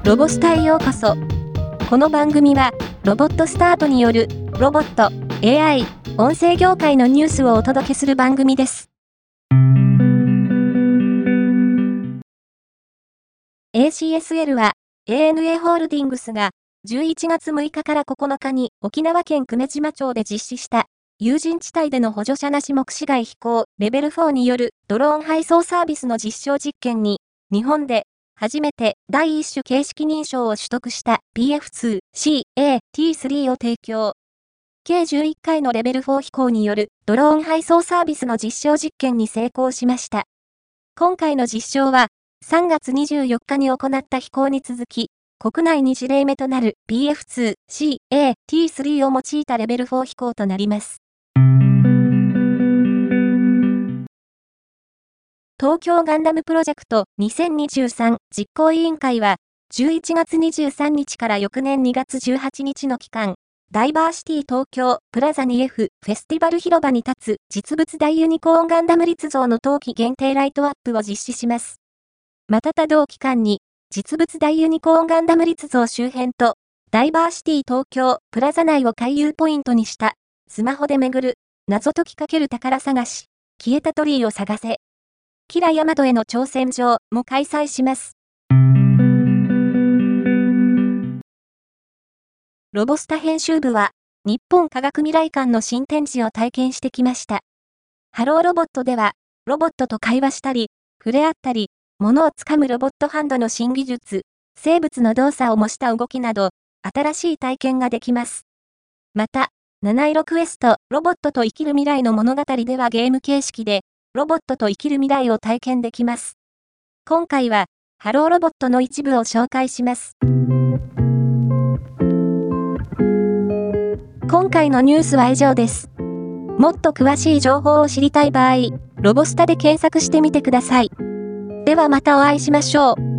ロボスタへようこそ。この番組は、ロボットスタートによる、ロボット、AI、音声業界のニュースをお届けする番組です。ACSL は、ANA ホールディングスが、11月6日から9日に沖縄県久米島町で実施した、有人地帯での補助者なし目視外飛行レベル4によるドローン配送サービスの実証実験に、日本で初めて第一種形式認証を取得した PF2CA-T3 を提供。計11回のレベル4飛行によるドローン配送サービスの実証実験に成功しました。今回の実証は3月24日に行った飛行に続き、国内2事例目となる PF2CA-T3 を用いたレベル4飛行となります。東京ガンダムプロジェクト2023実行委員会は、11月23日から翌年2月18日の期間、ダイバーシティ東京プラザ 2F フェスティバル広場に立つ実物大ユニコーンガンダム立像の冬季限定ライトアップを実施します。また同期間に、実物大ユニコーンガンダム立像周辺と、ダイバーシティ東京プラザ内を回遊ポイントにした、スマホで巡る、謎解き×宝探し、消えた鳥居を探せ。キラヤマトへの挑戦状も開催します。ロボスタ編集部は、日本科学未来館の新展示を体験してきました。ハローロボットでは、ロボットと会話したり、触れ合ったり、物をつかむロボットハンドの新技術、生物の動作を模した動きなど、新しい体験ができます。また、七色クエスト、ロボットと生きる未来の物語ではゲーム形式で、ロボットと生きる未来を体験できます。今回は、ハローロボットの一部を紹介します。今回のニュースは以上です。もっと詳しい情報を知りたい場合、ロボスタで検索してみてください。ではまたお会いしましょう。